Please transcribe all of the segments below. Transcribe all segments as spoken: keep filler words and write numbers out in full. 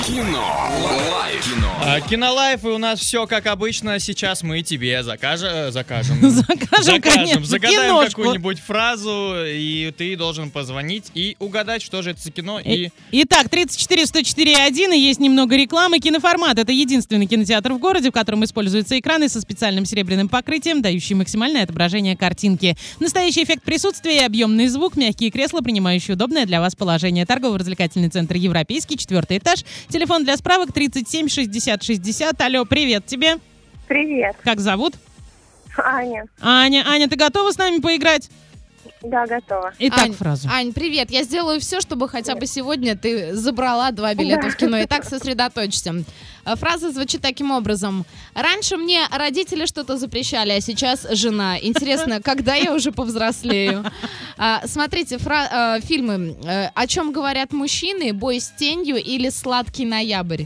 Кино. Лайф. Кино. А, Кинолайф, и у нас все как обычно. Сейчас мы тебе закажем, закажем, Закажем, конечно, загадаем киношку. какую-нибудь фразу, и ты должен позвонить и угадать, что же это за кино. И... Итак, тридцать четыре сто четыре один, и есть немного рекламы. Киноформат — это единственный кинотеатр в городе, в котором используются экраны со специальным серебряным покрытием, дающие максимальное отображение картинки. Настоящий эффект присутствия и объемный звук, мягкие кресла, принимающие удобное для вас положение. Торгово-развлекательный центр «Европейский», четвертый этаж. Телефон для справок тридцать семь шестьдесят шестьдесят. Алло, привет тебе. Привет, Как зовут? Аня. Аня. Аня, ты готова с нами поиграть? Да, готова. Итак, Ань, фразу. Ань, привет. Я сделаю все, чтобы хотя бы сегодня ты забрала два билета в кино. Итак, сосредоточься. А, Фраза звучит таким образом. Раньше мне родители что-то запрещали, а сейчас жена. Интересно, когда я уже повзрослею? А, Смотрите, фра- а, фильмы. Э, О чем говорят мужчины? «Бой с тенью» или «Сладкий ноябрь»?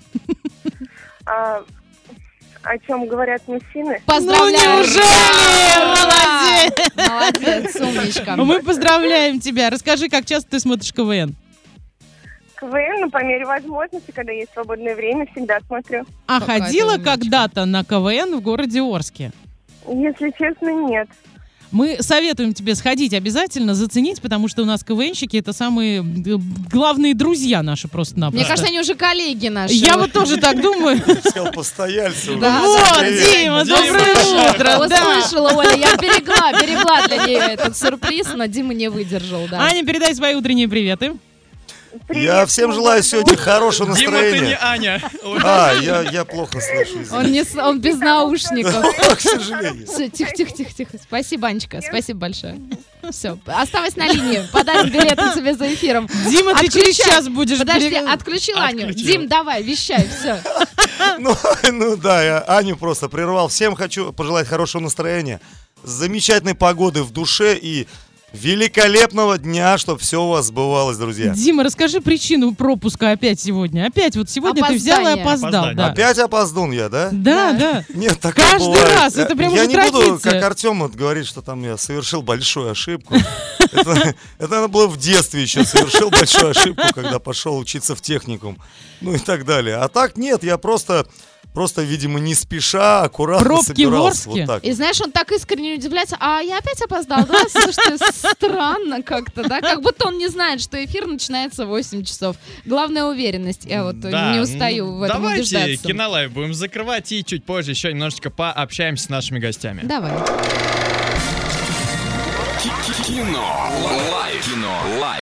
А, о чем говорят мужчины? Поздравляю! Ну, неужели? Молодец! Молодец, умничка. Мы поздравляем тебя. Расскажи, как часто ты смотришь КВН? КВН, ну, по мере возможности, когда есть свободное время, всегда смотрю. А Какая ходила ты умничка. когда-то на КВН в городе Орске? Если честно, нет. Мы советуем тебе сходить обязательно, заценить, потому что у нас КВНщики — это самые э, главные друзья наши Мне просто-напросто. кажется, они уже коллеги наши. Я вот тоже так думаю. Сказал, постояльцы. Да, уже. Вот, Привет. Дима, Дима, доброе утро. да. Услышала, Оля, я берегла, берегла для нее этот сюрприз, но Дима не выдержал, да. Аня, передай свои утренние приветы. Привет, Я всем всем желаю доброго сегодня хорошего Дима, ты не настроения. Аня. А, я, я плохо слышу, Он, извините. не, с- он без наушников. К сожалению. Все, тихо, тихо, тихо, тихо. Спасибо, Анечка, спасибо большое. Все, оставайся на линии, подарим билеты тебе за эфиром. Дима, ты через Отключай. час будешь... Подожди, пере- отключил Аню. Отключил. Дим, давай, вещай, все. Ну, ну да, я Аню просто прервал. Всем хочу пожелать хорошего настроения, замечательной погоды в душе и великолепного дня, чтобы все у вас сбывалось, друзья. Дима, расскажи причину пропуска опять сегодня. Опять вот сегодня ты взял и Опоздание. опоздал. Опоздание. Да, Опять опоздун я, да? да. Да. да. Нет, такое Каждый бывает. раз, это прям Я уже не буду, традиция. как Артем вот говорит, что там я совершил большую ошибку. Это, это надо было в детстве еще. Совершил большую ошибку, когда пошел учиться в техникум. Ну и так далее. А так нет, я просто, просто видимо, не спеша, аккуратно Пробки в собирался. Орске? Вот так. И знаешь, он так искренне удивляется, а я опять опоздал, да? Слушайте, странно как-то, да? Как будто он не знает, что эфир начинается в восемь часов. Главная уверенность. Я вот Да, не устаю ну, в этом давайте убеждаться. Кинолайф будем закрывать и чуть позже еще немножечко пообщаемся с нашими гостями. Давай. Кино. Лайф. Кино. Лайф.